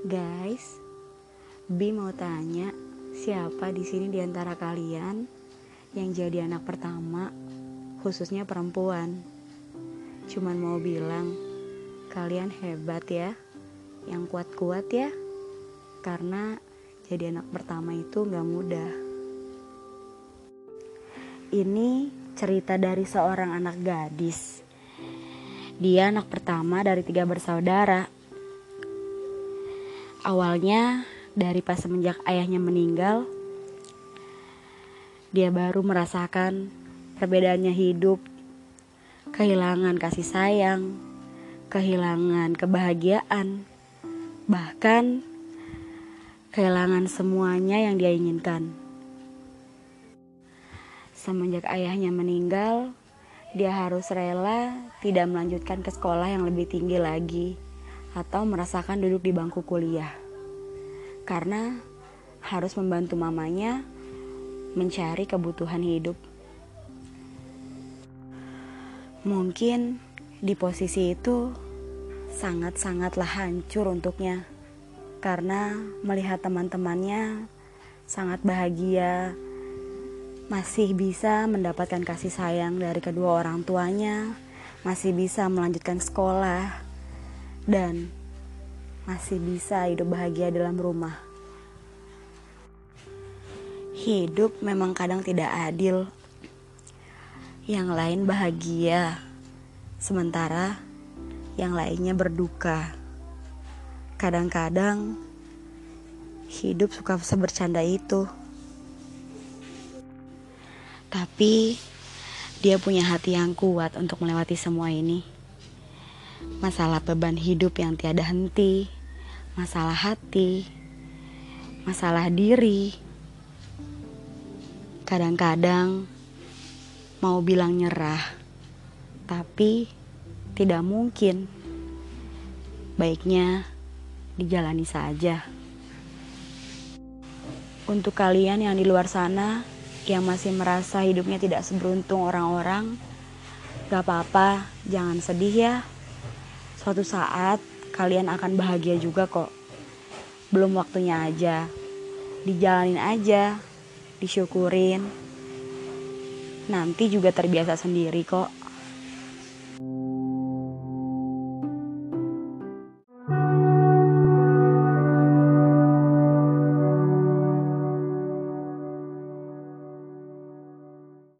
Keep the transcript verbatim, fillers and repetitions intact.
Guys, Bi mau tanya, siapa di sini di antara kalian yang jadi anak pertama, khususnya perempuan? Cuman mau bilang, kalian hebat ya, yang kuat-kuat ya, karena jadi anak pertama itu gak mudah. Ini cerita dari seorang anak gadis. Dia anak pertama dari tiga bersaudara. Awalnya dari pas semenjak ayahnya meninggal, dia baru merasakan perbedaannya hidup, kehilangan kasih sayang, kehilangan kebahagiaan, bahkan kehilangan semuanya yang dia inginkan. Semenjak ayahnya meninggal, dia harus rela tidak melanjutkan ke sekolah yang lebih tinggi lagi atau merasakan duduk di bangku kuliah, karena harus membantu mamanya mencari kebutuhan hidup. Mungkin di posisi itu sangat-sangatlah hancur untuknya, karena melihat teman-temannya sangat bahagia, masih bisa mendapatkan kasih sayang dari kedua orang tuanya, masih bisa melanjutkan sekolah, dan masih bisa hidup bahagia dalam rumah. Hidup memang kadang tidak adil. Yang lain bahagia, sementara yang lainnya berduka. Kadang-kadang hidup suka sebercanda itu. Tapi dia punya hati yang kuat untuk melewati semua ini. Masalah beban hidup yang tiada henti, masalah hati, masalah diri. Kadang-kadang mau bilang nyerah, tapi tidak mungkin. Baiknya dijalani saja. Untuk kalian yang di luar sana yang masih merasa hidupnya tidak seberuntung orang-orang, gak apa-apa, jangan sedih ya. Suatu saat kalian akan bahagia juga kok. Belum waktunya aja. Dijalanin aja, disyukurin. Nanti juga terbiasa sendiri kok.